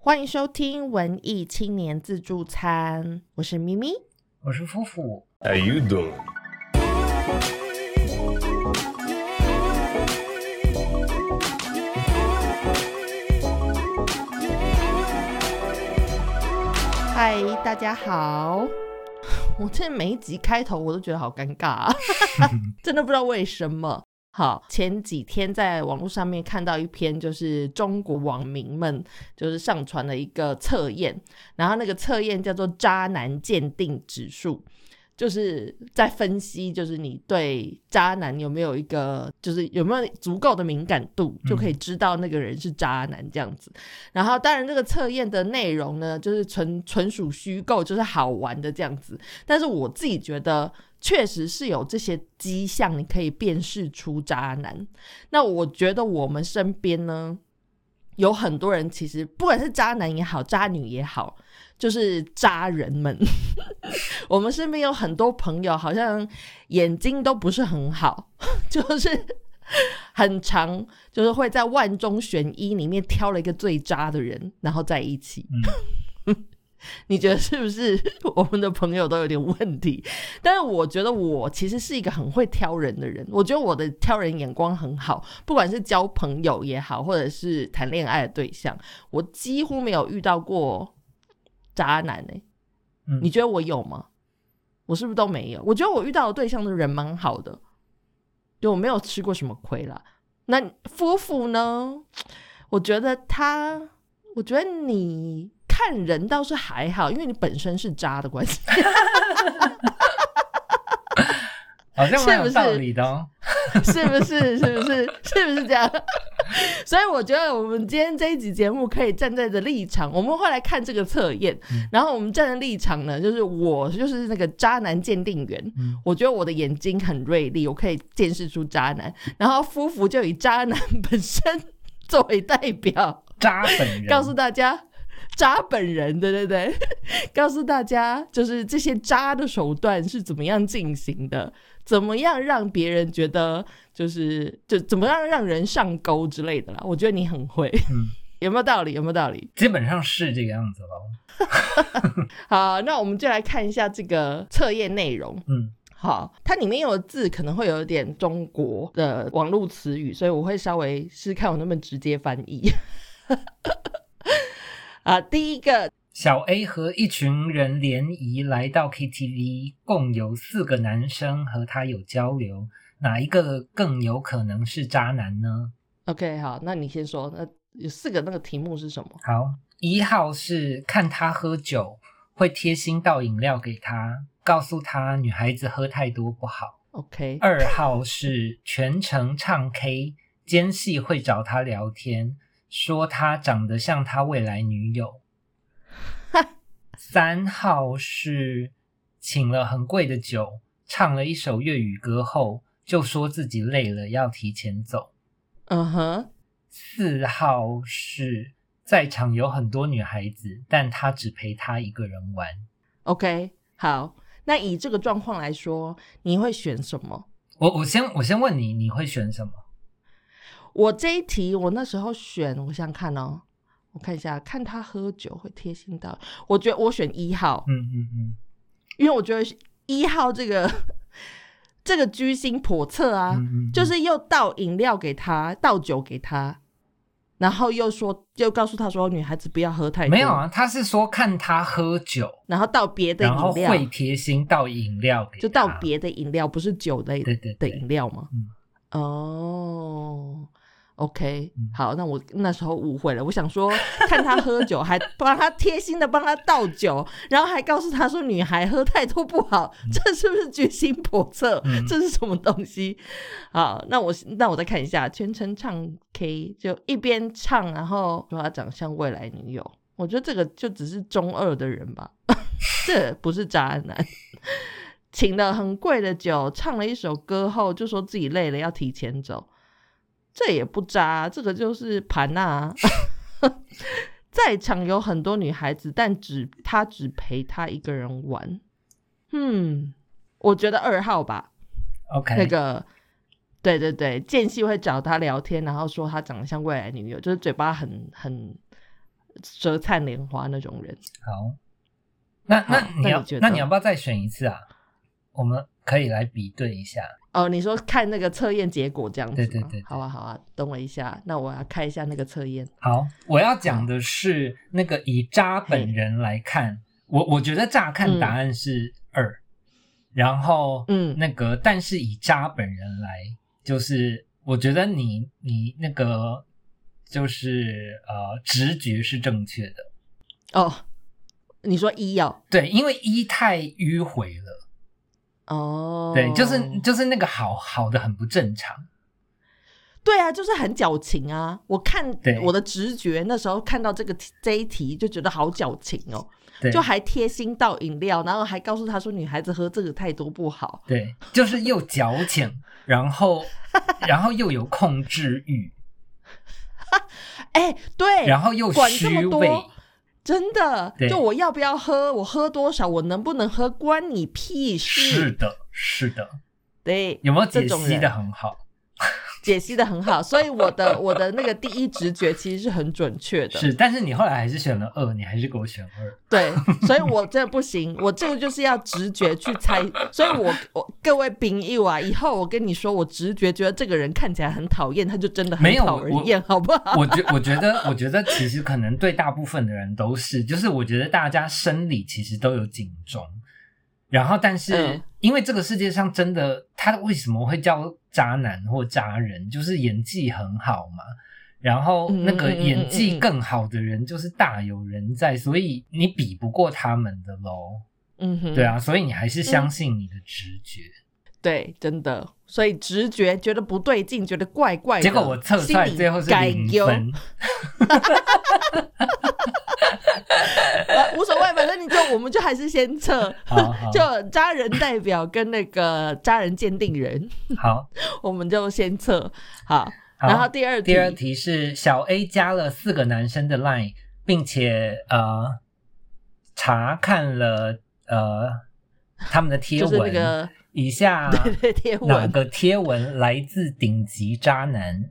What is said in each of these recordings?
欢迎收听文艺青年自助餐，我是咪咪， 我是夫妇。 How you doing？ 嗨，大家好。我这每一集开头我都觉得好尴尬啊真的不知道为什么。好，前几天在网络上面看到一篇，就是中国网民们就是上传了一个测验，然后那个测验叫做渣男鉴定指数，就是在分析就是你对渣男有没有一个就是有没有足够的敏感度，就可以知道那个人是渣男这样子。然后当然这个测验的内容呢就是纯属虚构，就是好玩的这样子，但是我自己觉得确实是有这些迹象你可以辨识出渣男。那我觉得我们身边呢有很多人，其实不管是渣男也好渣女也好，就是渣人们我们身边有很多朋友好像眼睛都不是很好就是很常就是会在万中选一里面挑了一个最渣的人然后在一起你觉得是不是我们的朋友都有点问题？但是我觉得我其实是一个很会挑人的人，我觉得我的挑人眼光很好，不管是交朋友也好或者是谈恋爱的对象，我几乎没有遇到过渣男欸。你觉得我有吗？我是不是都没有？我觉得我遇到的对象的人蛮好的，就我没有吃过什么亏啦。那夫妇呢？我觉得你看人倒是还好，因为你本身是渣的关系好像蛮有道理的哦是不是这样所以我觉得我们今天这一集节目可以站在的立场，我们会来看这个测验然后我们站的立场呢，就是我就是那个渣男鉴定员我觉得我的眼睛很锐利，我可以见识出渣男，然后夫妇就以渣男本身作为代表， 渣本人告诉大家渣本人，对对对告诉大家就是这些渣的手段是怎么样进行的，怎么样让别人觉得就怎么样让人上钩之类的啦。我觉得你很会有没有道理？ 基本上是这个样子咯好，那我们就来看一下这个测验内容。好，它里面有的字可能会有点中国的网络词语，所以我会稍微试看我能不能直接翻译第一个， 小 A 和一群人联谊来到 KTV， 共有4个男生和他有交流，哪一个更有可能是渣男呢？ OK， 好，那你先说，那有4个，那个题目是什么？ 好，1号是看他喝酒会贴心倒饮料给他，告诉他女孩子喝太多不好。 OK。 2号是全程唱 K， 间隙会找他聊天，说他长得像他未来女友。3号是请了很贵的酒，唱了一首粤语歌后就说自己累了要提前走。4号是在场有很多女孩子，但他只陪他一个人玩。 OK， 好，那以这个状况来说你会选什么？ 我先问你，你会选什么？ 我这一题我那时候选，我想看哦，我看一下，看他喝酒会贴心到，我觉得我选1号。因为我觉得1号这个居心叵测啊，就是又倒饮料给他，倒酒给他，然后又告诉他说女孩子不要喝太多。 没有啊，他是说看他喝酒， 然后倒别的饮料， 然后会贴心倒饮料给他， 就倒别的饮料，不是酒类的饮料吗？OK， 好，那我那时候误会了，我想说看他喝酒还帮他贴心的帮他倒酒，然后还告诉他说女孩喝太多不好，这是不是居心叵测？这是什么东西？好，那我再看一下，全程唱 K 就一边唱然后说他长相未来女友，我觉得这个就只是中二的人吧这不是渣男请了很贵的酒，唱了一首歌后就说自己累了要提前走，这也不渣，这个就是盘啊在场有很多女孩子，但他只陪他一个人玩。我觉得2号吧。 OK， 那个对对对，间隙会找他聊天，然后说他长得像未来女友，就是嘴巴很舌灿莲花那种人。 好，那你要不要再选一次啊？我们可以来比对一下。 哦，你说看那个测验结果这样子吗？ 对， 好啊，等我一下，那我要看一下那个测验。 好，我要讲的是那个以渣本人来看，我觉得乍看答案是2，然后那个但是以渣本人来，就是我觉得你那个就是直觉是正确的。 哦，你说1哦？ 对，因为1太迂回了。 哦， 对，就是那个好的很不正常。 对啊，就是很矫情啊！我看我的直觉，那时候看到这一题就觉得好矫情哦，就还贴心倒饮料，然后还告诉他说女孩子喝这个太多不好。 对，就是又矫情，然后又有控制欲。 哎，对， 然后又虚伪。 真的，就我要不要喝，我喝多少，我能不能喝，关你屁事。 是的， 对， 有没有解析的很好？ 解析的很好，所以我的那个第一直觉其实是很准确的。 是，但是你后来还是选了2，你还是给我选2。 对，所以我真的不行，我这个就是要直觉去猜。所以我各位朋友啊，以后我跟你说，我直觉觉得这个人看起来很讨厌，他就真的很讨人厌，好不好？ 我觉得其实可能对大部分的人都是，就是我觉得大家生理其实都有警钟。然后但是因为这个世界上真的他为什么会叫渣男或渣人，就是演技很好嘛，然后那个演技更好的人就是大有人在，所以你比不过他们的咯。对啊，所以你还是相信你的直觉。 对，真的，所以直觉觉得不对劲，觉得怪怪的， 结果我测出来最后是0分。 无所谓，反正我们就还是先测，就渣人代表跟那个渣人鉴定人。 好， 我们就先测。好，然后第二题是小 A 加了4个男生的 LINE， 并且查看了他们的贴文，就是那个以下哪个贴文来自顶级渣男？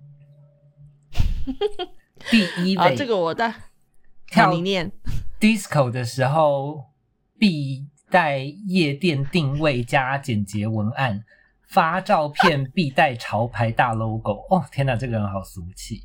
第1位， 这个我跳你念 disco 的时候必带夜店定位加简洁文案，发照片必带潮牌大 logo。 哦天哪，这个人好俗气。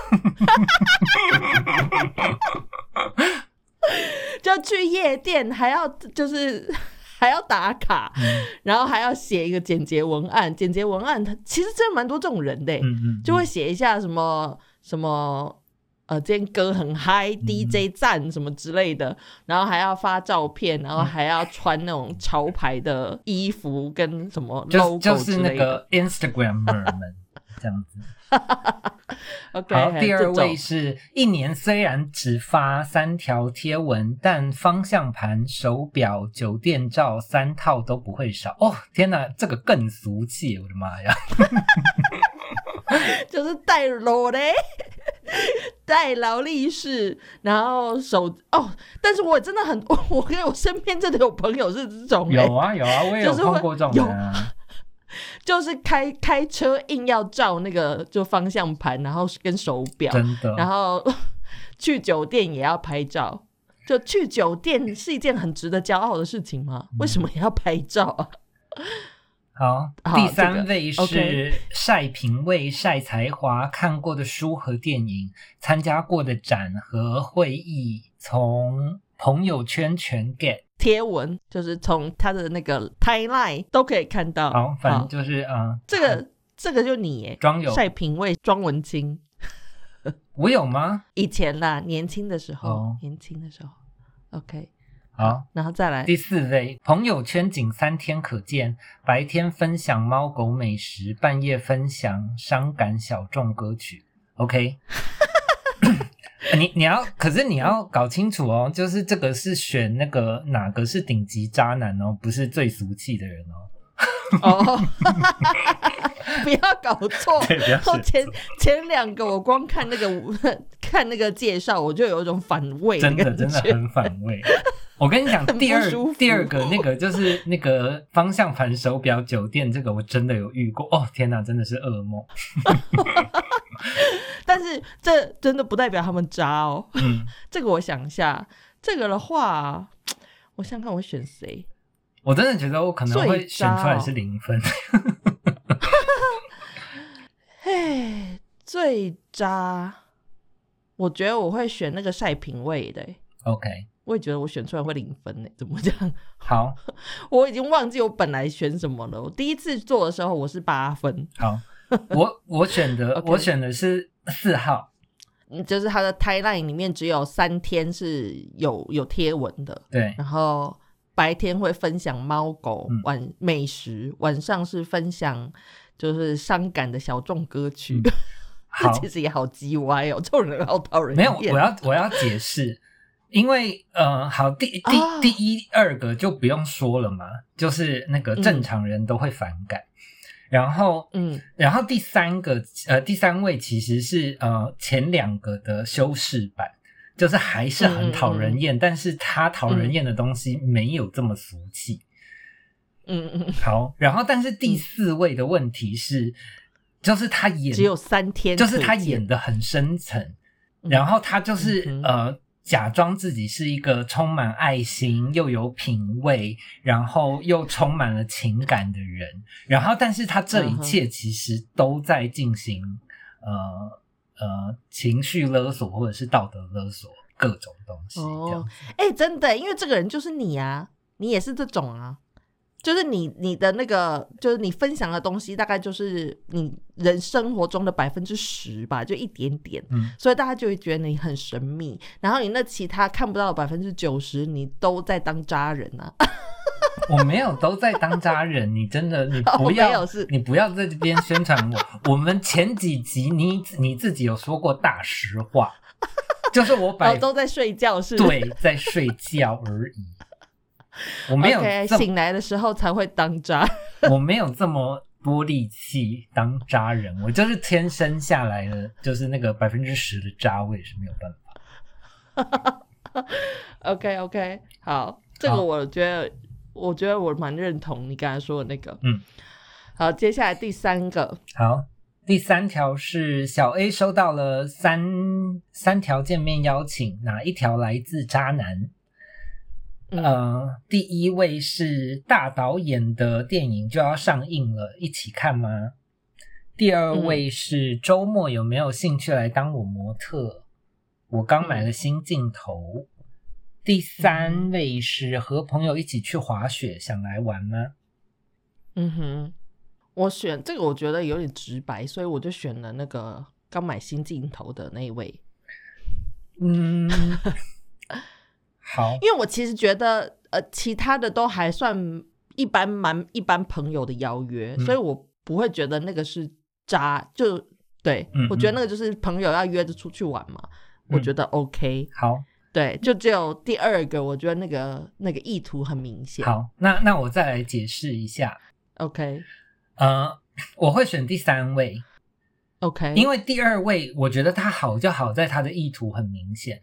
就去夜店还要打卡，然后还要写一个简洁文案。简洁文案其实真的蛮多这种人的，就会写一下什么今天歌很嗨，DJ 赞什么之类的，然后还要发照片，然后还要穿那种潮牌的衣服跟什么 logo 就是那个 Instagrammer 们这样子。 OK， 好，第2位是1年虽然只发3条贴文，但方向盘、手表、酒店照3套都不会少。哦天哪，这个更俗气，我的妈呀。 就是带裸嘞，带劳力士，然后但是我真的我身边真的有朋友是这种。 有啊，我也有碰过这种人啊。 就是开车硬要照那个就方向盘，然后跟手表， 真的。 然后去酒店也要拍照，就去酒店是一件很值得骄傲的事情吗？为什么也要拍照啊？ 好，第3位是晒品味、晒才华，看过的书和电影，参加过的展和会议，从朋友圈全 get。 贴文就是从他的那个 timeline 都可以看到。 好，反正就是这个就你耶， 装有晒品味、装文青。 我有吗？ 以前啦，年轻的时候。OK， 好， 然后再来第4位，朋友圈仅3天可见，白天分享猫狗美食，半夜分享伤感小众歌曲。OK。可是你要搞清楚哦，就是这个是选那个哪个是顶级渣男哦，不是最俗气的人哦。 不要搞错。 对，不要搞错。 前2个我光看那个介绍，我就有一种反胃的感觉， 真的很反胃。我跟你讲，第二个那个就是那个方向盘、手表、酒店，这个我真的有遇过。哦天哪，真的是噩梦。 但是这真的不代表他们渣哦。 嗯， 这个我想一下，这个的话，我想看我选谁。 我真的觉得我可能会选出来是0分。 嘿，最渣，我觉得我会选那个晒品味的。 OK， 我也觉得我选出来会0分呢，怎么这样？ 好， 我已经忘记我本来选什么了。我第一次做的时候我是8分。 好，我选的我选的是4号， 就是他的 timeline 里面只有3天是有贴文的， 对， 然后白天会分享猫狗美食，晚上是分享就是伤感的小众歌曲。这其实也好鸡歪哦，这种人好讨人厌。 没有，我要解释，因为好，第一、2个就不用说了嘛，就是那个正常人都会反感。然后第3位其实是前2个的修饰版，就是还是很讨人厌，但是他讨人厌的东西没有这么俗气。好，然后但是第4位的问题是，就是他演只有3天， 就是他演得很深层，然后他就是假装自己是一个充满爱心又有品味然后又充满了情感的人，然后但是他这一切其实都在进行情绪勒索或者是道德勒索各种东西这样子。 真的，因为这个人就是你啊，你也是这种啊，就是你的那个，就是你分享的东西大概就是你人生活中的10%吧，就一点点，所以大家就会觉得你很神秘，然后你那其他看不到的90%你都在当渣人啊。 我没有都在当渣人，你真的你不要在这边宣传我。我们前几集你自己有说过大实话，就是我都在睡觉是对，在睡觉而已。我没有醒来的时候才会当渣。 我没有这么多力气当渣人，我就是天生下来的就是那个10%的渣，我也是没有办法。 OK， 好，这个我觉得我蛮认同你刚才说的那个。好，接下来第3个。 好，第3条是小 A 收到了三条见面邀请，哪一条来自渣男？第1位是大导演的电影就要上映了，一起看吗？第2位是周末有没有兴趣来当我模特？我刚买了新镜头。第3位是和朋友一起去滑雪，想来玩吗？ 我选这个我觉得有点直白，所以我就选了那个刚买新镜头的那一位。 好， 因为我其实觉得其他的都还算蛮一般朋友的邀约，所以我不会觉得那个是渣，就对，我觉得那个就是朋友要约着出去玩嘛，我觉得 OK。 好， 对，就只有第2个我觉得那个意图很明显。 好，那我再来解释一下。 OK， 我会选第3位。 OK， 因为第2位我觉得他好就好在他的意图很明显。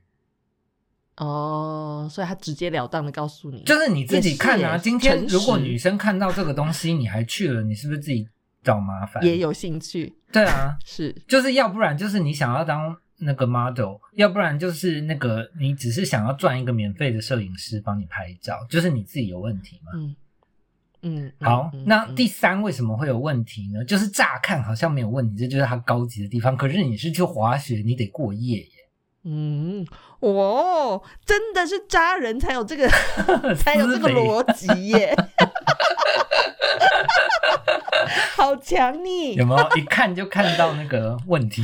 所以他直截了当的告诉你， 就是你自己看啊，今天如果女生看到这个东西你还去了，你是不是自己找麻烦？ 也有兴趣。 对啊， 是，就是要不然就是你想要当那个 model， 要不然就是那个你只是想要赚一个免费的摄影师帮你拍照，就是你自己有问题嘛。好，那第3为什么会有问题呢？就是乍看好像没有问题，这就是它高级的地方，可是你是去滑雪，你得过夜耶。 真的是渣人才有这个才有这个逻辑耶。好强你有没有一看就看到那个问题？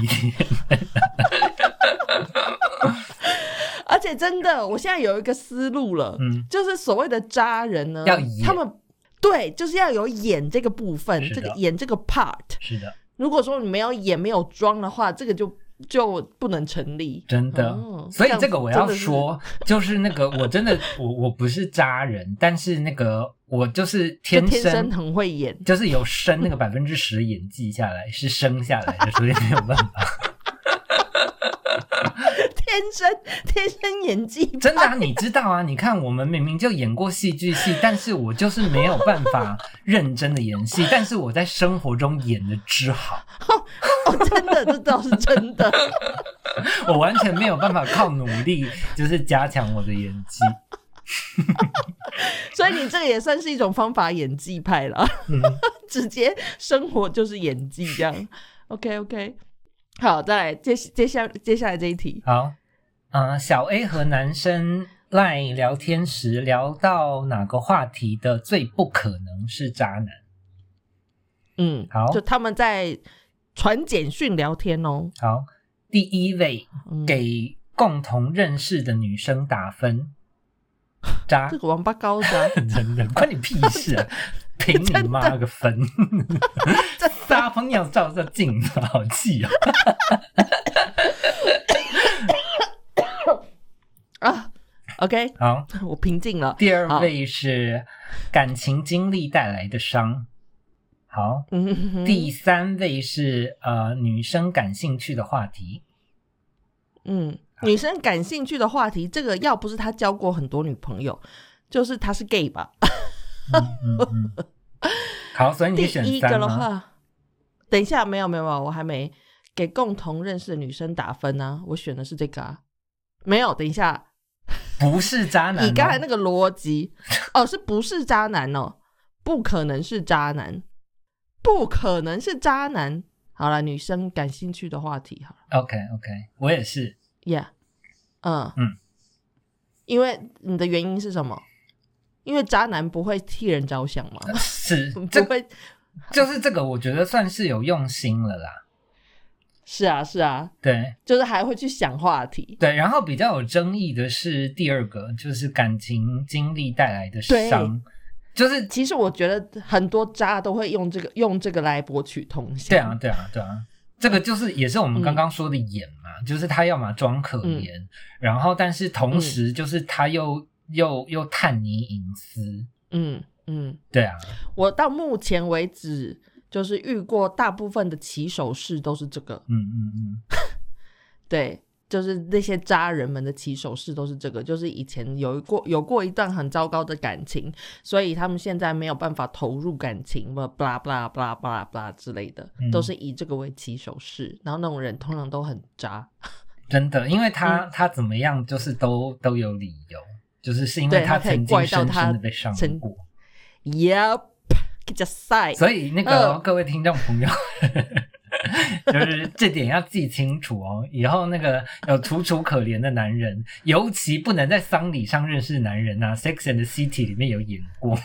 而且真的我现在有一个思路了，就是所谓的渣人呢，他们对就是要有演这个部分，这个演这个 part。 是的，如果说你没有演没有装的话，这个就不能成立，真的。所以这个我要说，就是那个我真的我不是渣人，但是那个我就是天生很会演，就是有生那个10%演技下来，是生下来的，所以没有办法。天天生演技派真的啊，你知道啊，你看我们明明就演过戏剧系，但是我就是没有办法认真的演戏，但是我在生活中演的之好。 真的，这倒是真的。 我完全没有办法靠努力就是加强我的演技。 所以你这个也算是一种方法演技派了。直接生活就是演技这样。OK， 好，再来接下来这一题。 好，小 A 和男生赖聊天时聊到哪个话题的最不可能是渣男？好， 就他们在传简讯聊天哦。 好，第一位，给共同认识的女生打分，渣。 这个王八羔渣。 真的关你屁事啊！凭你妈个分！撒疯要照镜子，好气哦！ OK， 好， 我平静了。 第二位是感情经历带来的伤。好，第三位是女生感兴趣的话题。 女生感兴趣的话题，这个要不是他交过很多女朋友，就是他是 gay 吧。 好，所以你选3吗？第一个的话， 等一下，没有，我还没给共同认识的女生打分啊，我选的是这个啊。没有，等一下， 不是渣男。 以刚才那个逻辑，是不是渣男哦？不可能是渣男，不可能是渣男。好了，女生感兴趣的话题好了。 OK， 我也是。 Yeah， 因为你的原因是什么？因为渣男不会替人着想吗？ 是， 不会， 就是这个，我觉得算是有用心了啦。 是啊， 对， 就是还会去想话题。 对，然后比较有争议的是第二个，就是感情经历带来的伤。就是其实我觉得很多渣都会用这个来博取同情。 对啊，这个就是也是我们刚刚说的演嘛，就是他要么装可怜，然后但是同时就是他又探你隐私。对啊， 我到目前为止就是遇过大部分的起手式都是这个。对，就是那些渣人们的起手式都是这个，就是以前有过一段很糟糕的感情，所以他们现在没有办法投入感情blah blah blah blah blah 之类的，都是以这个为起手式，然后那种人通常都很渣。 真的，因为他怎么样就是都有理由，就是因为他曾经深深的被伤过。 Yep， 所以那个各位听众朋友就是这点要记清楚哦，以后那个有楚楚可怜的男人，尤其不能在丧礼上认识男人啊。 Sex and the City 里面有演过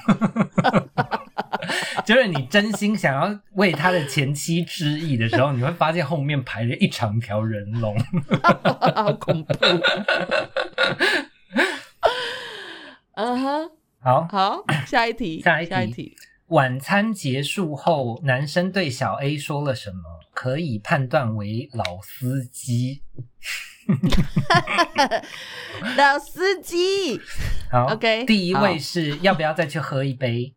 就是你真心想要为他的前妻致意的时候，你会发现后面排了一长条人龙好恐怖好，下一题。 晚餐结束后，男生对小 A 说了什么？可以判断为老司机。 老司机。 好 ，OK。 第一位是要不要再去喝一杯？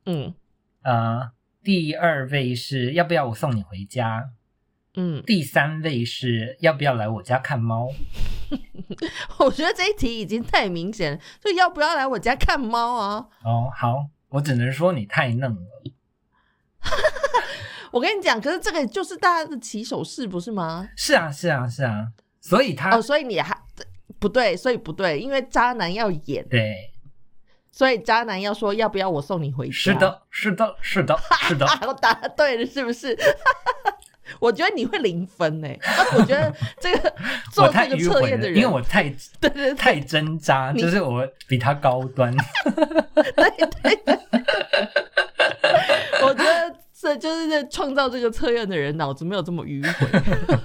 第二位是要不要我送你回家？第三位是要不要来我家看猫？ 我觉得这一题已经太明显了，就要不要来我家看猫啊？ 好，我只能说你太嫩了。 我跟你讲，可是这个就是大家的起手式不是吗？ 是啊，所以所以你还不对，因为渣男要演， 对， 所以渣男要说要不要我送你回家？ 是的我答对了是不是？我觉得你会0分欸。我觉得这个做这个测验的人， 因为我太太挣扎，就是我比他高端。 对，我觉得这就是在创造这个测验的人脑子没有这么迂回。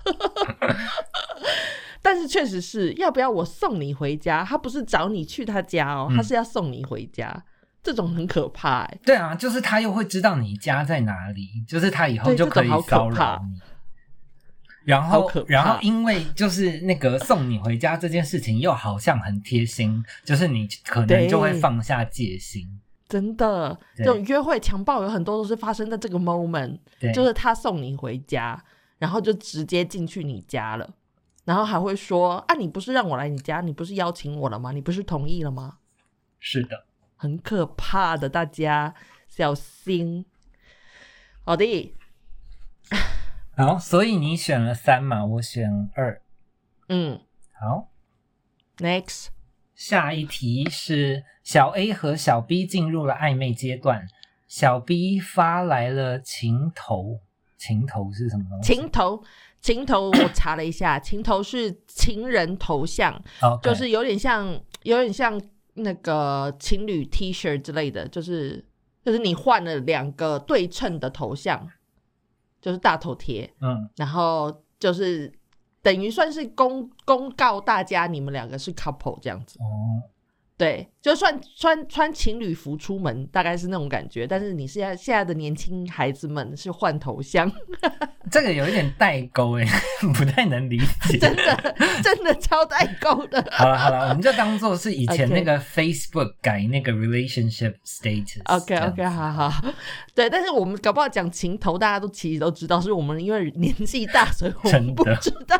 但是确实是要不要我送你回家，他不是找你去他家哦，他是要送你回家。这种很可怕欸。 对啊，就是他又会知道你家在哪里，就是他以后就可以骚扰你。然后因为就是那个送你回家这件事情又好像很贴心，就是你可能就会放下戒心。 真的，这种约会强暴有很多都是发生在这个 moment， 就是他送你回家，然后就直接进去你家了。 然后还会说啊，你不是让我来你家，你不是邀请我了吗？你不是同意了吗？ 是的， 很可怕的，大家小心。好的， 好，所以你选了3嘛，我选2。好 ，Next， 下一题是小 A 和小 B 进入了暧昧阶段，小 B 发来了情头，情头是什么东西？ 情头我查了一下，情头是情人头像， okay. 就是有点像那个情侣 T 恤之类的，就是你换了2个对称的头像，就是大头贴，然后就是等于算是公告大家你们2个是 couple 这样子。对，就穿情侣服出门，大概是那种感觉。但是你现在的年轻孩子们是换头像， 这个有一点代沟耶，不太能理解。 真的超代沟的。 好了，我们就当做是以前那个 Facebook 改那个 relationship status。OK， 好。对，但是我们搞不好讲情头，大家其实都知道，是我们因为年纪大，所以我们不知道。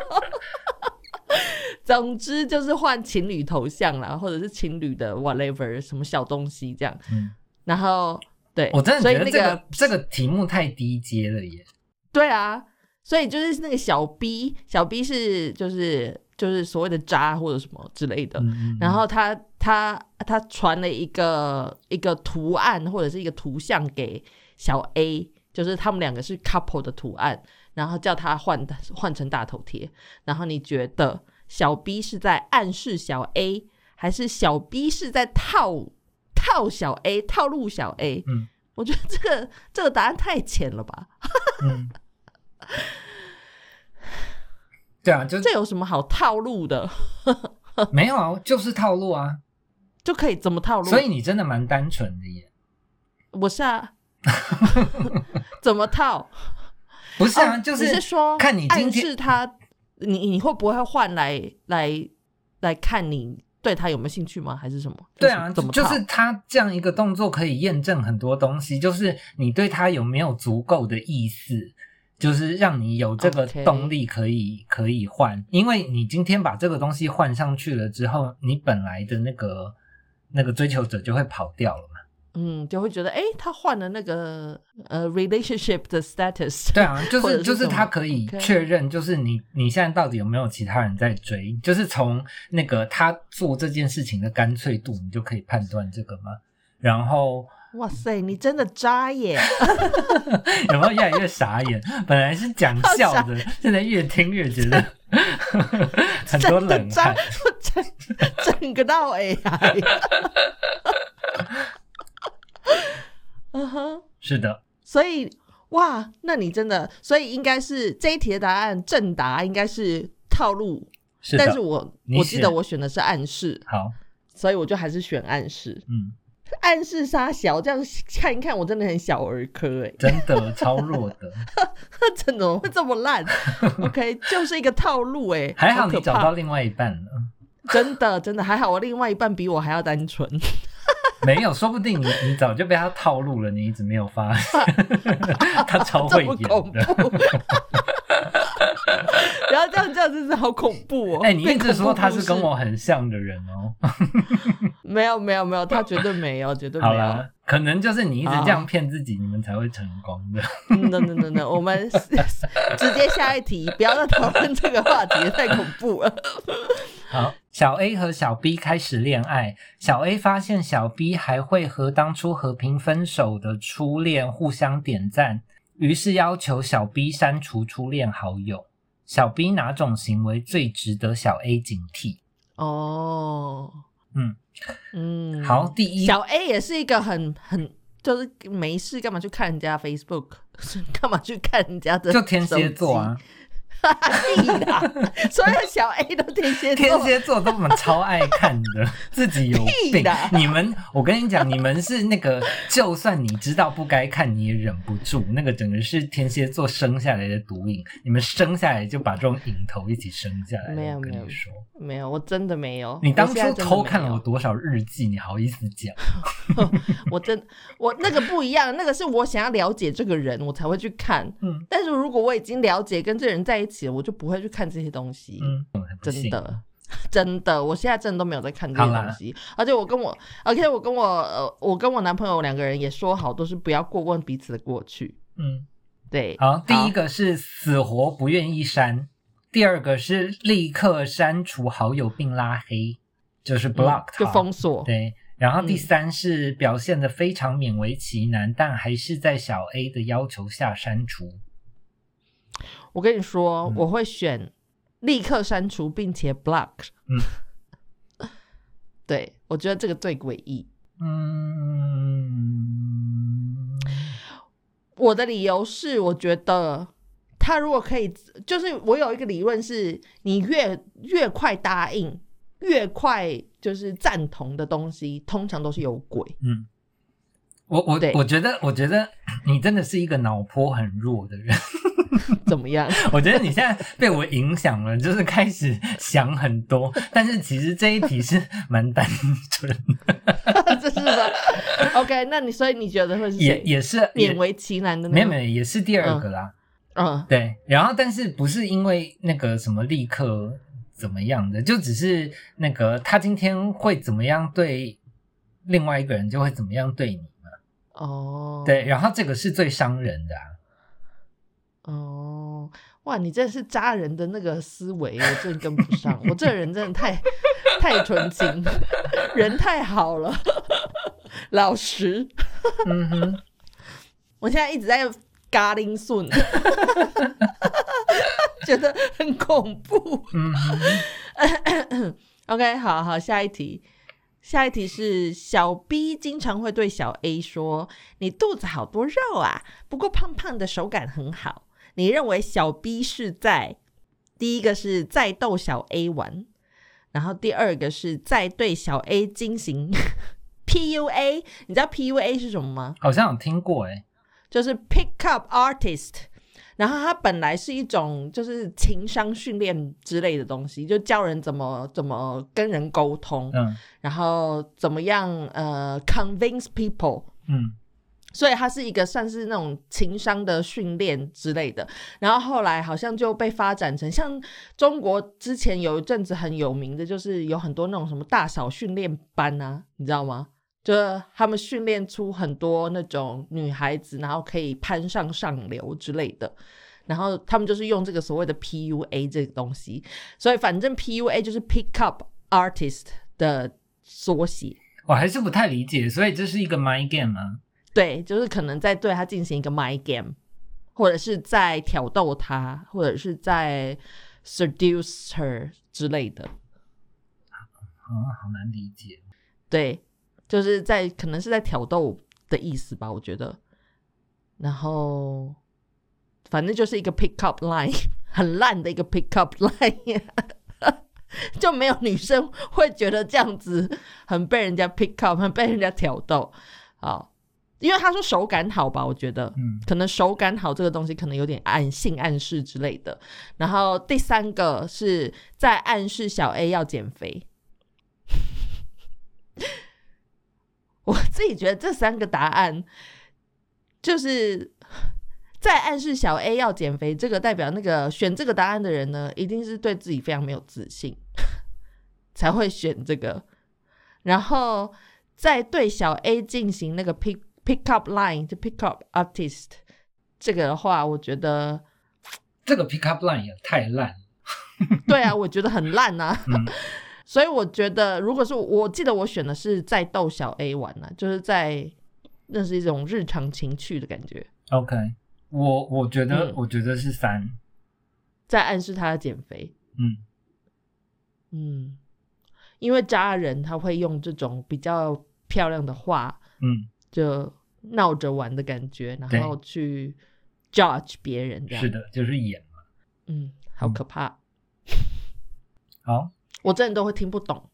总之就是换情侣头像啦，或者是情侣的 whatever 什么小东西这样。然后对， 我真的觉得这个题目太低阶了耶。 对啊，所以就是那个小 B 是就是所谓的渣或者什么之类的。然后他传了一个图案或者是一个图像给小 A， 就是他们2个是 couple 的图案，然后叫他换成大头贴。然后你觉得小 B 是在暗示小 A， 还是小 B 是在套小 A， 套路小 A？我觉得这个答案太浅了吧。 对啊，就这有什么好套路的？ 没有啊，就是套路啊， 就可以怎么套路？ 所以你真的蛮单纯的耶。 我是啊，怎么套？ 不是啊，就是你是说看你今天暗示他，你会不会换来看你对他有没有兴趣吗？还是什么？ 对啊， 怎么就是他这样一个动作可以验证很多东西，就是你对他有没有足够的意思，就是让你有这个动力可以换。因为你今天把这个东西换上去了之后，你本来的那个追求者就会跑掉了嘛。 就会觉得他换了那个relationship 的 status。 对啊，就是他可以确认，就是你现在到底有没有其他人在追，就是从那个他做这件事情的干脆度，你就可以判断这个嘛。然后哇塞，你真的渣耶。 有没有越来越傻眼？本来是讲笑的，现在越听越觉得很多冷汗， 整个到 AI。 是的， 所以哇，那你真的，所以应该是这一题的答案正答应该是套路。 是的， 但是我记得我选的是暗示。 好， 所以我就还是选暗示。暗示杀小，这样看一看，我真的很小儿科真的超弱的。 怎么会这么烂？OK， 就是一个套路还好你找到另外一半了。 真的还好，我另外一半比我还要单纯。 没有，说不定你早就被他套路了，你一直没有发现。他超会演的。 不要这样，真是好恐怖哦！ 你一直说他是跟我很像的人哦。 没有，他绝对没有，绝对没有。 好啦，可能就是你一直这样骗自己，你们才会成功的。 No， 我们直接下一题，不要再讨论这个话题，太恐怖了。 好，小 A 和小 B 开始恋爱，小 A 发现小 B 还会和当初和平分手的初恋互相点赞，于是要求小 B 删除初恋好友。小 B 哪种行为最值得小 A 警惕？好，第一， 小 A 也是一个很就是没事干嘛去看人家 Facebook， 干嘛去看人家的手机， 就天蝎座啊。 屁啦，所有小 A 都天蝎座， 天蝎座都我们超爱看的，自己有病。你们，我跟你讲，你们是那个，就算你知道不该看，你也忍不住。那个整个是天蝎座生下来的毒瘾，你们生下来就把这种瘾头一起生下来。 没有， 我跟你说， 没有，我真的没有。 你当初偷看了我多少日记，你好意思讲？ 我那个不一样，那个是我想要了解这个人，我才会去看。但是如果我已经了解跟这人在一一起了，我就不会去看这些东西。 真的。真的，我现在真的都没有在看这些东西，而且我跟我男朋友2个人也说好，都是不要过问彼此的过去。对。 好，第一个是死活不愿意删，第二个是立刻删除好友并拉黑，就是 block 就封锁。 对，然后第三是表现得非常勉为其难，但还是在小 A 的要求下删除。 我跟你说，我会选立刻删除并且 block。对，我觉得这个最诡异。我的理由是，我觉得他如果可以，就是我有一个理论是，你越快答应，越快就是赞同的东西，通常都是有鬼。 我觉得你真的是一个脑波很弱的人。 怎么样？ 我觉得你现在被我影响了，就是开始想很多，但是其实这一题是蛮单纯的。 这是吧 ？OK， 那所以你觉得会是谁？ 也是勉为其难的那种？ 没有，也是第二个啦。 对。 然后但是不是因为那个什么立刻怎么样的，就只是那个他今天会怎么样对另外一个人，就会怎么样对你嘛。对，然后这个是最伤人的啊。 哇，你真的是渣人的那个思维，我真的跟不上。我这人真的太纯情，人太好了，老实。我现在一直在嘎铃顺，觉得很恐怖。OK， 好，下一题。下一题是小 B 经常会对小 A 说：“你肚子好多肉啊，不过胖胖的手感很好。”你认为小 B 是第一个是在逗小 A 玩，然后第二个是在对小 A 进行PUA。你知道 PUA 是什么吗？ 好像有听过就是 Pick Up Artist。然后它本来是一种就是情商训练之类的东西，就教人怎么跟人沟通，然后怎么样convince people。所以它是一个算是那种情商的训练之类的，然后后来好像就被发展成像中国之前有一阵子很有名的，就是有很多那种什么大嫂训练班啊，你知道吗？就是他们训练出很多那种女孩子，然后可以攀上上流之类的，然后他们就是用这个所谓的 PUA 这个东西，所以反正 PUA 就是 Pick Up Artist 的缩写。 我还是不太理解，所以这是一个 mind game 吗？ 对，就是可能在对他进行一个 mind game， 或者是在挑逗他，或者是在 seduce her 之类的。 好难理解。 对，就是可能是在挑逗的意思吧，我觉得。然后反正就是一个 pick up line， 很烂的一个 pick up line。就没有女生会觉得这样子很被人家 pick up， 很被人家挑逗。好，因为他说手感好吧，我觉得可能手感好这个东西可能有点性暗示之类的。然后第三个是在暗示小 A 要减肥。我自己觉得这3个答案就是在暗示小 A 要减肥，这个代表那个选这个答案的人呢，一定是对自己非常没有自信才会选这个。然后再对小 A 进行那个 pick up line， 就 pick up artist， 这个的话我觉得这个 pick up line 也太烂了。 对啊，我觉得很烂啊。所以我觉得如果是我记得我选的是在逗小 A 玩啊，就是那是一种日常情趣的感觉。 OK， 我觉得是3， 在暗示他要减肥。因为渣人他会用这种比较漂亮的话，就闹着玩的感觉，然后去 judge 别人这样。 是的，就是演嘛。 好可怕。 好， 我真的都会听不懂。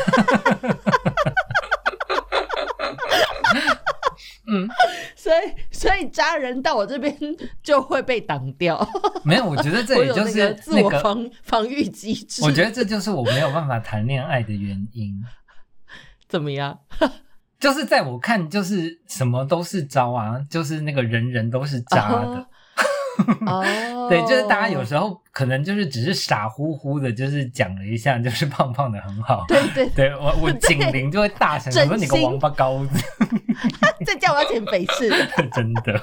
所以渣人到我这边就会被挡掉。 没有，我觉得这也就是那个自我防御机制。 我觉得这就是我没有办法谈恋爱的原因。 怎么样？ 就是在我看，就是什么都是招啊，就是那个人人都是渣的。 哦， 对，就是大家有时候可能就是只是傻乎乎的，就是讲了一下，就是胖胖的很好。 对对对，我警铃就会大声说你个王八羔子， 再叫我要减肥是真的。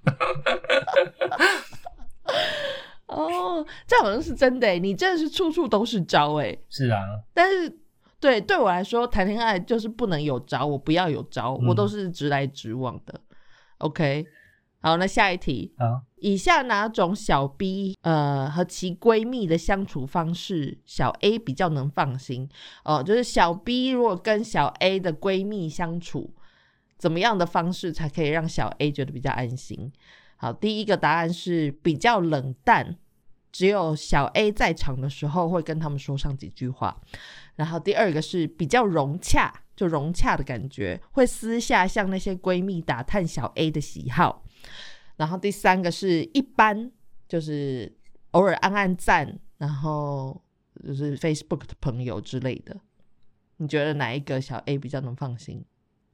哦，这好像是真的耶，你真的是处处都是招哎。 是啊， 但是对我来说，谈恋爱就是不能有招，我不要有招，我都是直来直往的。OK， 好，那下一题，以下哪种小 B 和其闺蜜的相处方式，小 A 比较能放心？就是小 B 如果跟小 A 的闺蜜相处，怎么样的方式才可以让小 A 觉得比较安心？好，第一个答案是比较冷淡，只有小 A 在场的时候会跟他们说上几句话。然后第二个是比较融洽，就融洽的感觉，会私下向那些闺蜜打探小 A 的喜好。然后第三个是一般，就是偶尔按按赞，然后就是 Facebook 的朋友之类的。你觉得哪一个小 A 比较能放心？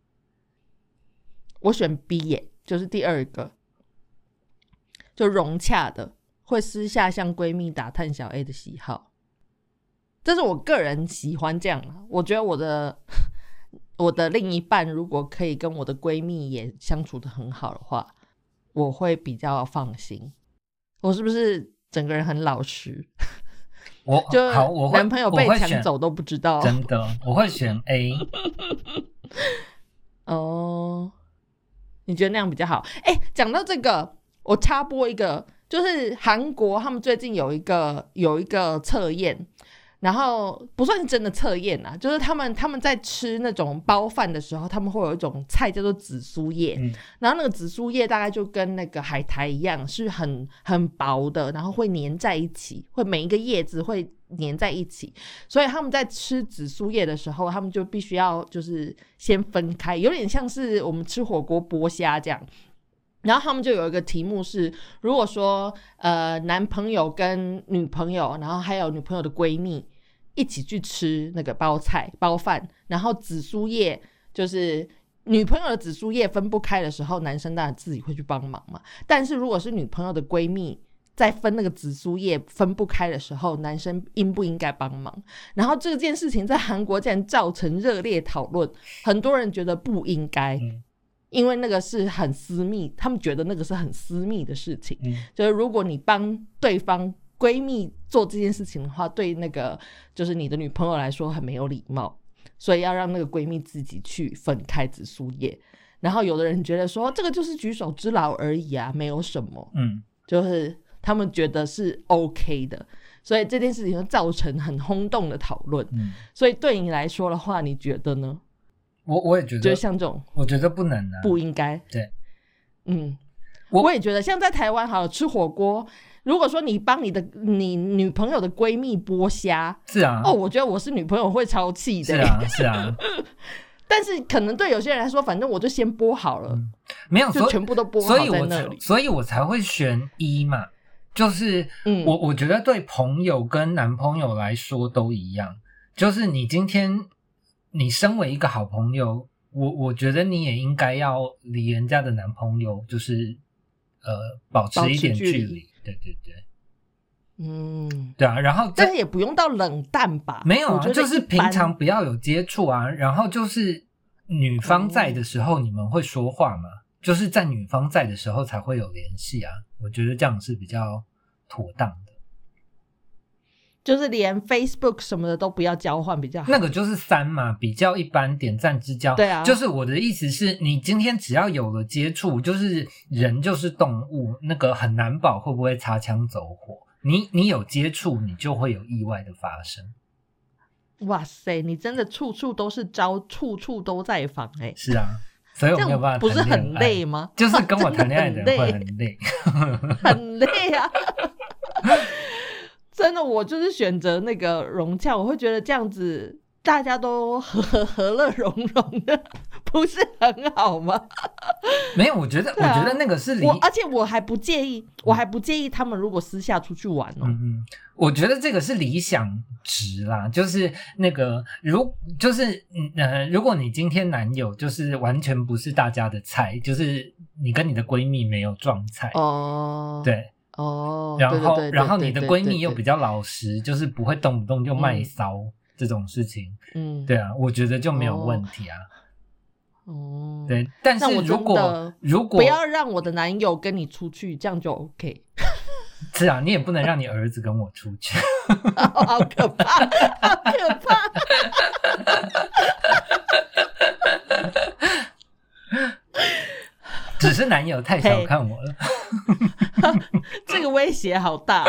我选 B 耶，就是第二个，就融洽的，会私下向闺蜜打探小 A 的喜好。这是我个人喜欢这样，我觉得我的另一半如果可以跟我的闺蜜也相处得很好的话，我会比较放心。我是不是整个人很老实？ 我男朋友被抢走都不知道。 真的，我会选 A。 哦，你觉得那样比较好？讲到这个，我插播一个，就是韩国他们最近有一个测验。然后不算是真的测验啊，就是他们在吃那种包饭的时候，他们会有一种菜叫做紫苏叶，然后那个紫苏叶大概就跟那个海苔一样，是很薄的，然后会粘在一起，会每一个叶子会粘在一起，所以他们在吃紫苏叶的时候，他们就必须要就是先分开，有点像是我们吃火锅剥虾这样。然后他们就有一个题目是，如果说男朋友跟女朋友，然后还有女朋友的闺蜜一起去吃那个包饭，然后紫苏叶就是女朋友的紫苏叶分不开的时候，男生当然自己会去帮忙嘛。但是如果是女朋友的闺蜜在分那个紫苏叶分不开的时候，男生应不应该帮忙？然后这件事情在韩国竟然造成热烈讨论，很多人觉得不应该。因为那个是很私密，他们觉得那个是很私密的事情，就是如果你帮对方闺蜜做这件事情的话，对那个就是你的女朋友来说很没有礼貌，所以要让那个闺蜜自己去分开紫苏叶。然后有的人觉得说这个就是举手之劳而已啊，没有什么，就是他们觉得是 OK 的，所以这件事情就造成很轰动的讨论。所以对你来说的话，你觉得呢？ 我也觉得， 就像这种， 我觉得不能啊， 不应该。 对， 我也觉得，像在台湾，好吃火锅，如果说你帮你女朋友的闺蜜剥虾， 是啊， 我觉得我是女朋友会超气的， 是啊。 但是可能对有些人来说，反正我就先剥好了， 没有， 就全部都剥好在那里， 所以我才会选一嘛。就是我觉得对朋友跟男朋友来说都一样，就是你今天。你身为一个好朋友，我觉得你也应该要离人家的男朋友就是保持一点距离，对对对，对啊，然后但是也不用到冷淡吧？ 没有啊，就是平常不要有接触啊，然后就是女方在的时候你们会说话嘛，就是在女方在的时候才会有联系啊，我觉得这样是比较妥当的。 就是连 Facebook 什么的都不要交换比较好， 那个就是3嘛，比较一般，点赞之交。 对啊， 就是我的意思是你今天只要有了接触，就是人就是动物，那个很难保会不会擦枪走火。你有接触，你就会有意外的发生。 哇塞，你真的处处都是招，处处都在防是啊，所以我没有办法谈恋爱。 不是很累吗？ 就是跟我谈恋爱的人会很累， 很累啊。真的，我就是选择那个融洽，我会觉得这样子大家都和乐融融的，不是很好吗？ 没有，我觉得那个是而且我还不介意，他们如果私下出去玩哦。 我觉得这个是理想值啦，就是那个如果你今天男友就是完全不是大家的菜，就是你跟你的闺蜜没有撞菜对。 哦， 然后你的闺蜜又比较老实，就是不会动不动就卖骚这种事情，对啊，我觉得就没有问题啊。 哦， 对，但是如果不要让我的男友跟你出去，这样就 OK。 是啊，你也不能让你儿子跟我出去。 好可怕，好可怕。 只是男友太小看我了。 这个威胁好大。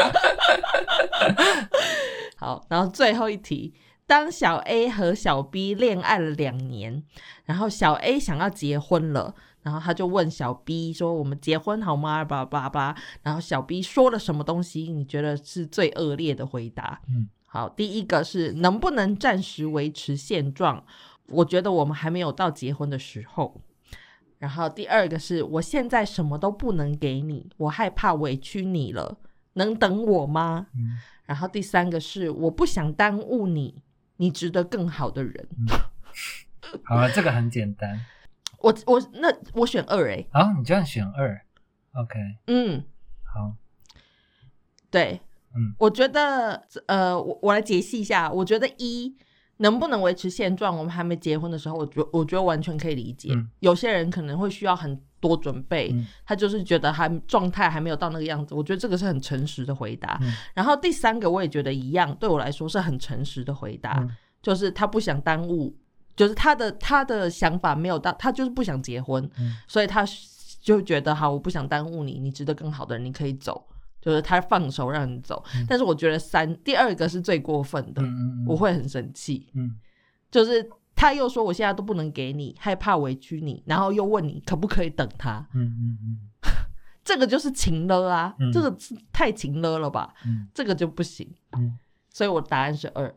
好，然后最后一题，当小 A 和小 B 恋爱了2年，然后小 A 想要结婚了，然后他就问小 B 说我们结婚好吗？巴拉巴拉巴拉，然后小 B 说了什么东西你觉得是最恶劣的回答？好，第一个是能不能暂时维持现状，我觉得我们还没有到结婚的时候。然后第二个是我现在什么都不能给你，我害怕委屈你了，能等我吗？然后第三个是我不想耽误你，你值得更好的人。 好了，这个很简单。 我选2欸。 好，你居然选2 OK。 好， 对，我觉得我来解析一下。我觉得1能不能维持现状，我们还没结婚的时候，我觉得完全可以理解。有些人可能会需要很多准备，他就是觉得状态还没有到那个样子，我觉得这个是很诚实的回答。然后第3个我也觉得一样，对我来说是很诚实的回答，就是他不想耽误，就是他的想法没有到，他就是不想结婚，所以他就觉得好，我不想耽误你，你值得更好的人，你可以走，就是他放手让你走。但是我觉得第2个是最过分的，我会很生气。就是他又说我现在都不能给你，害怕委屈你，然后又问你可不可以等他。这个就是情勒啊，这个太情勒了吧。这个就不行。所以我答案是2。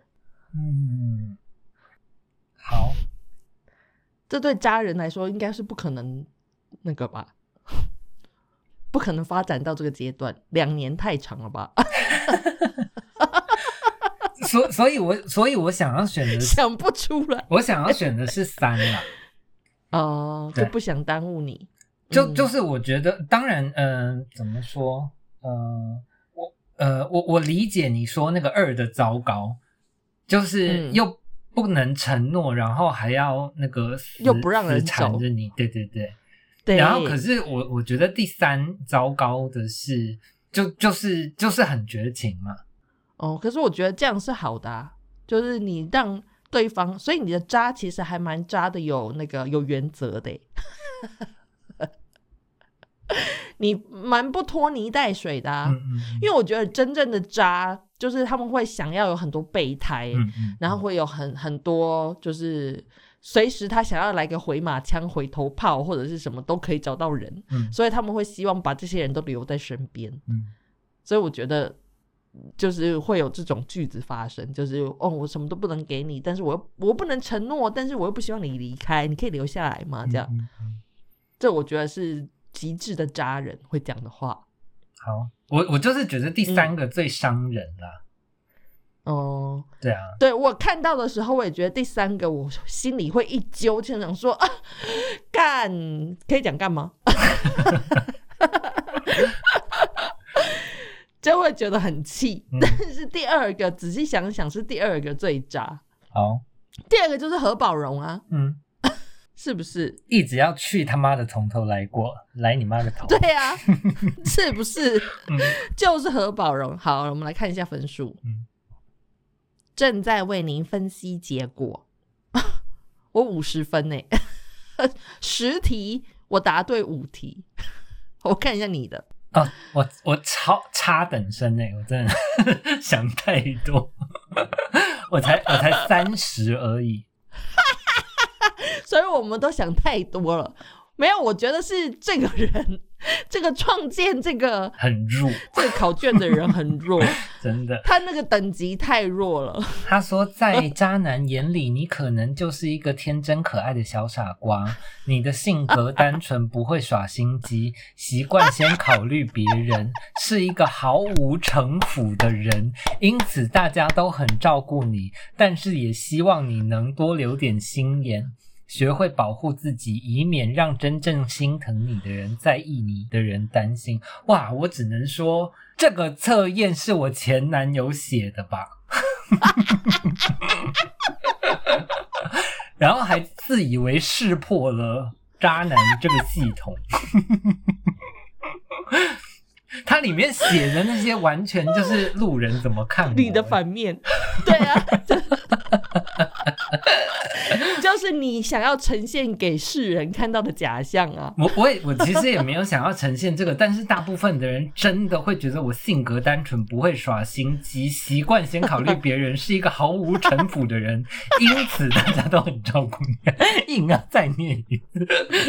好， 这对家人来说应该是不可能那个吧，不可能发展到这个阶段，2年太长了吧。 所以我想要选的想不出来， 我想要选的是3啦。 就不想耽误你。 就是我觉得，当然，怎么说？我理解你说那个2的糟糕，就是又不能承诺，然后还要那个又不让人走着你，对。然后可是我觉得第3糟糕的是，就是很绝情嘛。 可是我觉得这样是好的啊，就是你让对方，所以你的渣其实还蛮渣的，有原则的。你蛮不拖泥带水的啊。因为我觉得真正的渣就是他们会想要有很多备胎，然后会有很多就是随时他想要来个回马枪、回头炮或者是什么都可以找到人，所以他们会希望把这些人都留在身边。所以我觉得就是会有这种句子发生，就是我什么都不能给你，但是我不能承诺，但是我又不希望你离开，你可以留下来吗？这样，这我觉得是极致的渣人会讲的话。 好，我就是觉得第3个最伤人啦。对啊， 对，我看到的时候我也觉得第3个我心里会一揪，就想说干，可以讲干吗？就会觉得很气。但是第2个仔细想想是第2个最渣。 好， 第2个就是何宝荣啊。是不是一直要去他妈的从头来过，来你妈个头。 对啊，是不是就是何宝荣。好，我们来看一下分数。正在为您分析结果。我50分耶。10题我答对5题。我看一下你的。 我差等生耶，我真的想太多。我才30而已。 所以我们都想太多了。没有，我觉得是这个人，这个创建这个很弱， 这个考卷的人很弱。 真的， 他那个等级太弱了。 他说在渣男眼里你可能就是一个天真可爱的小傻瓜，你的性格单纯，不会耍心机，习惯先考虑别人，是一个毫无城府的人，因此大家都很照顾你，但是也希望你能多留点心眼。 学会保护自己，以免让真正心疼你的人、在意你的人担心。哇，我只能说这个测验是我前男友写的吧。然后还自以为识破了渣男这个系统。它里面写的那些完全就是路人怎么看我你的反面。对啊，就是你想要呈现给世人看到的假象啊。 我其实也没有想要呈现这个，但是大部分的人真的会觉得我性格单纯，不会耍心机，习惯先考虑别人，是一个毫无城府的人，因此大家都很照顾你。硬要再念一次。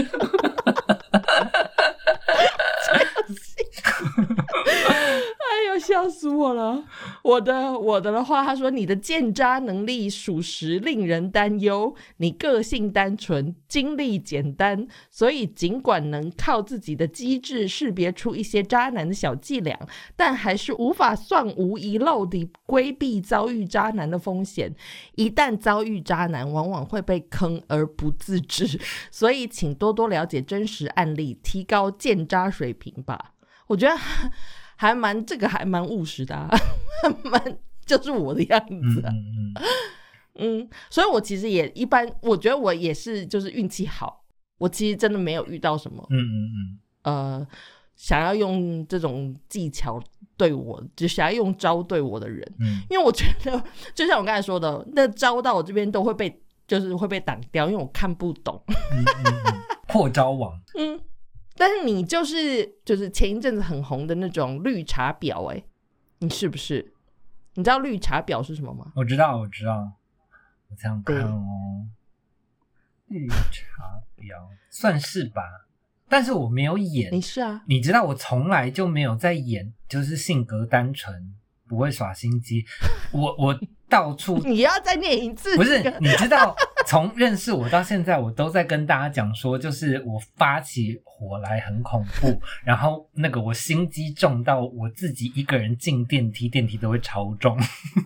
哎呦，笑死我了！我的话，他说你的鉴渣能力属实令人担忧，你个性单纯，经历简单，所以尽管能靠自己的机智识别出一些渣男的小伎俩，但还是无法算无遗漏地规避遭遇渣男的风险。一旦遭遇渣男，往往会被坑而不自知，所以请多多了解真实案例，提高鉴渣水平吧。我觉得这个还蛮务实的啊，蛮就是我的样子啊。所以我其实也一般，我觉得我也是就是运气好，我其实真的没有遇到什么想要用这种技巧对我，就想要用招对我的人。因为我觉得就像我刚才说的，那招到我这边都会被挡掉，因为我看不懂。 破招王。 但是你就是前一阵子很红的那种绿茶婊，你是不是？你知道绿茶婊是什么吗？ 我知道，我这样看哦。绿茶婊算是吧，但是我没有演。 你是啊？ 你知道我从来就没有在演，就是性格单纯，不会耍心机。我到处你要再念一次。 不是，你知道从认识我到现在，我都在跟大家讲说，就是我发起火来很恐怖，然后那个我心机重到我自己一个人进电梯，电梯都会超重。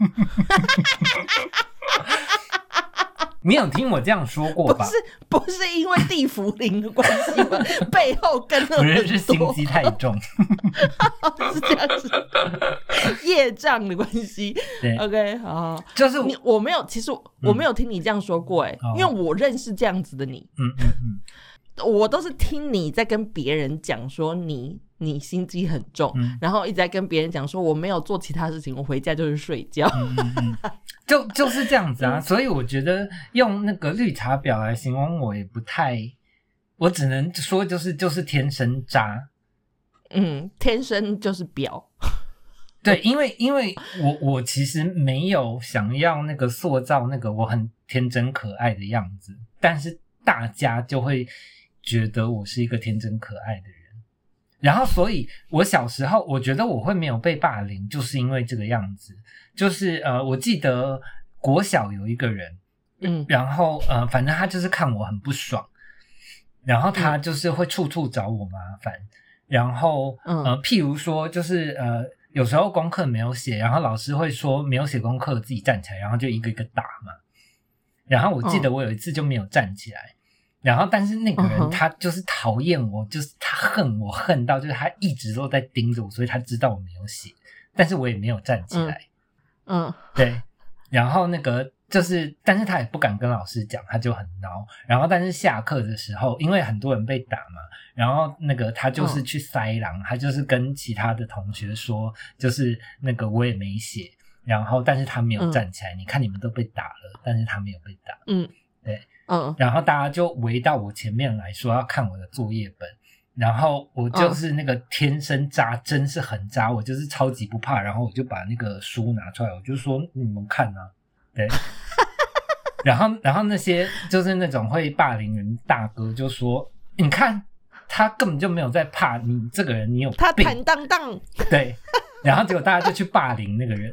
你有听我这样说过吧？ 不是因为地茯苓的关系吗？背后跟了很多， 不是心机太重。 是这样子，业障的关系。 对 ，OK， 好， 就是其实我没有听你这样说过，因为我认识这样子的你。我都是听你在跟别人讲说你心机很重，然后一直在跟别人讲说我没有做其他事情，我回家就是睡觉。 就是这样子啊。所以我觉得用那个绿茶婊来形容我也不太，我只能说就是天生渣。 天生就是婊。 对，因为我其实没有想要那个塑造那个我很天真可爱的样子，但是大家就会觉得我是一个天真可爱的人。然后所以我小时候我觉得我会没有被霸凌，就是因为这个样子。就是我记得国小有一个人，然后反正他就是看我很不爽，然后他就是会处处找我麻烦。然后譬如说就是有时候功课没有写，然后老师会说没有写功课自己站起来，然后就一个一个打嘛。然后我记得我有一次就没有站起来，然后但是那个人他就是讨厌我，就是他恨我恨到就是他一直都在盯着我，所以他知道我没有写，但是我也没有站起来。对，然后那个就是但是他也不敢跟老师讲，他就很孬。然后但是下课的时候因为很多人被打嘛，然后那个他就是去塞狼，他就是跟其他的同学说就是那个我也没写，然后但是他没有站起来，你看你们都被打了，但是他没有被打。对，然后大家就围到我前面来说要看我的作业本，然后我就是那个天生渣，真是很渣，我就是超级不怕，然后我就把那个书拿出来，我就说你们看啊。对。然后那些就是那种会霸凌人大哥就说你看他根本就没有在怕你这个人，你有病， 他坦荡荡。对， 然后结果大家就去霸凌那个人。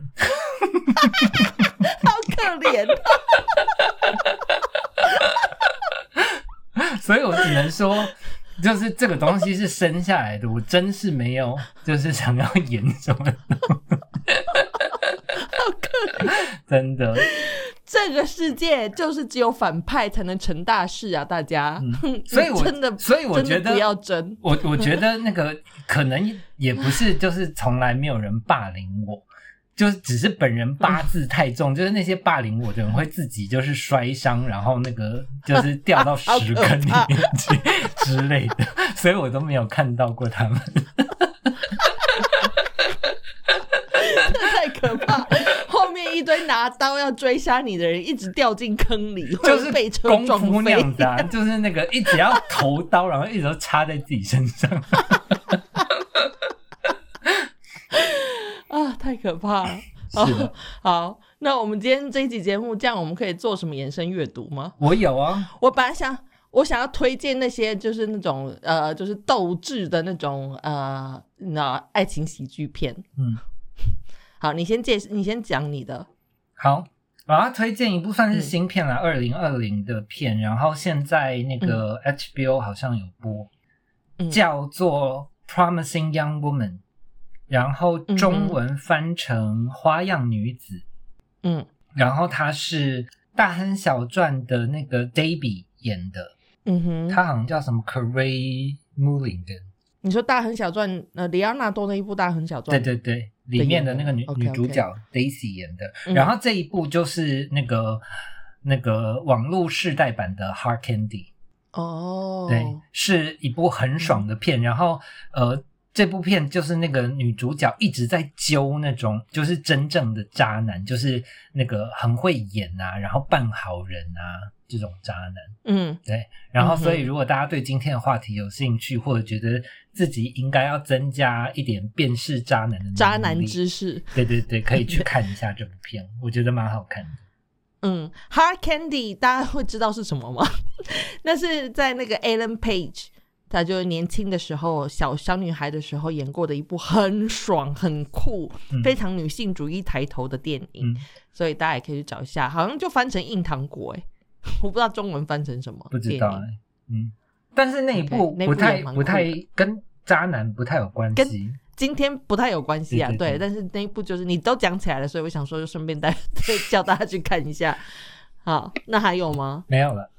好可怜。 所以我只能说就是这个东西是生下来的，我真是没有就是想要演什么。 好可怜， 真的。 真这个世界就是只有反派才能成大事啊，大家。 所以我觉得不要争。 我觉得那个可能也不是，就是从来没有人霸凌我。就是只是本人八字太重，就是那些霸凌我的人会自己就是摔伤，然后那个就是掉到石坑里面去之类的，所以我都没有看到过他们。 这太可怕！后面一堆拿刀要追杀你的人一直掉进坑里， 就是被车功撞飞夫那样子啊，就是那个一直要投刀，然后一直都插在自己身上。 啊，太可怕了！ 是的， 好，那我们今天这一集节目，这样我们可以做什么延伸阅读吗？ 我有啊， 我本来我想要推荐那些就是那种就是斗智的那种爱情喜剧片。好，你先讲你的。 好，我要推荐一部算是新片啦，2020的片，然后现在那个 HBO 好像有播，叫做 Promising Young Woman。然后中文翻成花样女子，然后她是大亨小传的那个 Debbie 演的，她好像叫什么 Carey Mulligan。你说大亨小传，里奥纳多那一部大亨小传， 对对对，里面的那个女主角 Daisy 演的，然后这一部就是那个网络世代版的 Hard Candy。对，是一部很爽的片，然后这部片就是那个女主角一直在揪那种就是真正的渣男，就是那个很会演啊，然后扮好人啊这种渣男。对。然后所以如果大家对今天的话题有兴趣，或者觉得自己应该要增加一点辨识渣男的能力， 渣男知识， 对对对，可以去看一下这部片，我觉得蛮好看的。 Hard Candy 大家会知道是什么吗？那是在那个 Ellen Page她就年轻的时候小女孩的时候演过的一部很爽很酷非常女性主义抬头的电影，所以大家也可以去找一下，好像就翻成硬糖果我不知道中文翻成什么， 不知道但是那一部不太跟渣男不太有关系， 今天不太有关系啊， 对，但是那一部就是你都讲起来了，所以我想说就顺便叫大家去看一下。好，那还有吗？ 没有了。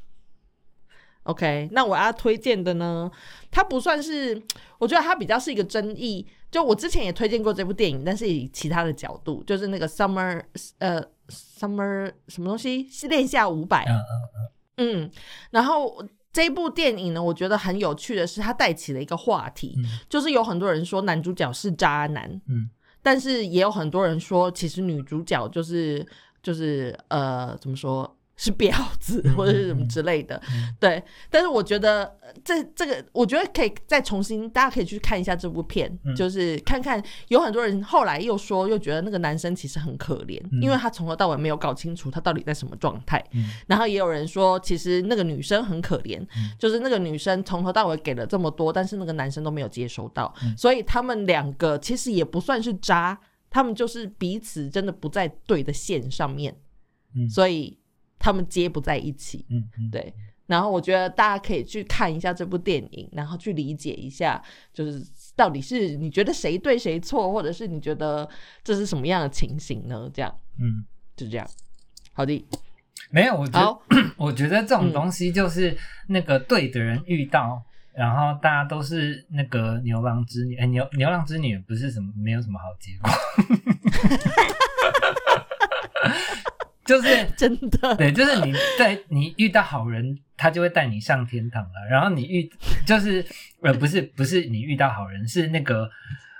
OK， 那我要推荐的呢，它不算是，我觉得它比较是一个争议，就我之前也推荐过这部电影，但是以其他的角度，就是那个 Summer 什么东西恋夏500。然后这一部电影呢，我觉得很有趣的是它带起了一个话题，就是有很多人说男主角是渣男，但是也有很多人说其实女主角就是怎么说是婊子或者是什么之类的，对。但是我觉得这个我觉得可以再重新，大家可以去看一下这部片，就是看看有很多人后来又觉得那个男生其实很可怜，因为他从头到尾没有搞清楚他到底在什么状态，然后也有人说其实那个女生很可怜，就是那个女生从头到尾给了这么多，但是那个男生都没有接收到，所以他们两个其实也不算是渣，他们就是彼此真的不在对的线上面，所以他们接不在一起，对。然后我觉得大家可以去看一下这部电影，然后去理解一下，就是到底是你觉得谁对谁错，或者是你觉得这是什么样的情形呢？这样，就这样。好的， 没有，我觉得这种东西就是那个对的人遇到，然后大家都是那个牛郎织女，牛郎织女也不是什么没有什么好结果。就是真的， 对，就是你遇到好人，他就会带你上天堂了。然后你不是你遇到好人，是那个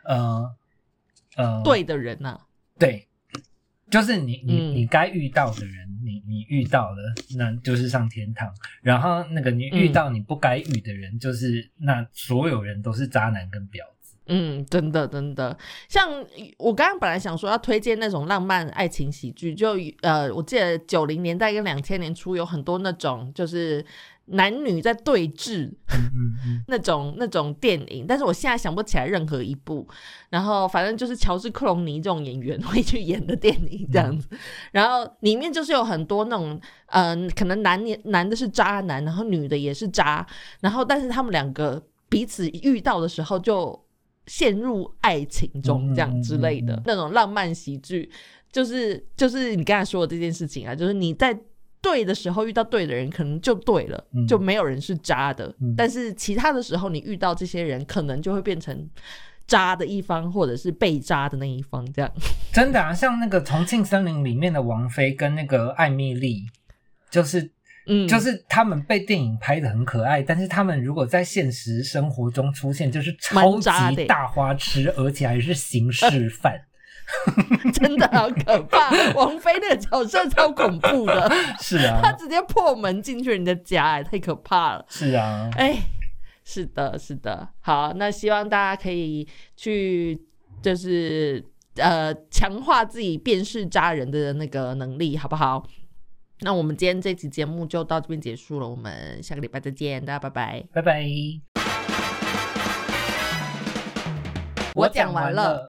对的人啊， 对，就是你该遇到的人，你遇到了，那就是上天堂。然后那个你遇到你不该遇的人，就是那所有人都是渣男跟婊子。 真的真的，像我刚刚本来想说要推荐那种浪漫爱情喜剧，就我记得90年代跟2000年初有很多那种就是男女在对峙那种电影，但是我现在想不起来任何一部，然后反正就是乔治克隆尼这种演员会去演的电影这样子，然后里面就是有很多那种可能男的是渣男，然后女的也是渣，然后但是他们两个彼此遇到的时候就陷入爱情中这样之类的那种浪漫喜剧， 就是你刚才说的这件事情啊，就是你在对的时候遇到对的人可能就对了，就没有人是渣的，但是其他的时候你遇到这些人可能就会变成渣的一方或者是被渣的那一方，这样。 真的啊，像那个重庆森林里面的王菲跟那个艾蜜莉，就是他们被电影拍得很可爱，但是他们如果在现实生活中出现就是超级大花痴，而且还是刑事犯。 真的好可怕，王菲那个角色超恐怖的。 是啊， 她直接破门进去你的家，太可怕了。 是啊， 是的是的。好，那希望大家可以去就是强化自己辨识渣人的那个能力，好不好？那我们今天这期节目就到这边结束了，我们下个礼拜再见，大家拜拜， 拜拜。 我讲完了。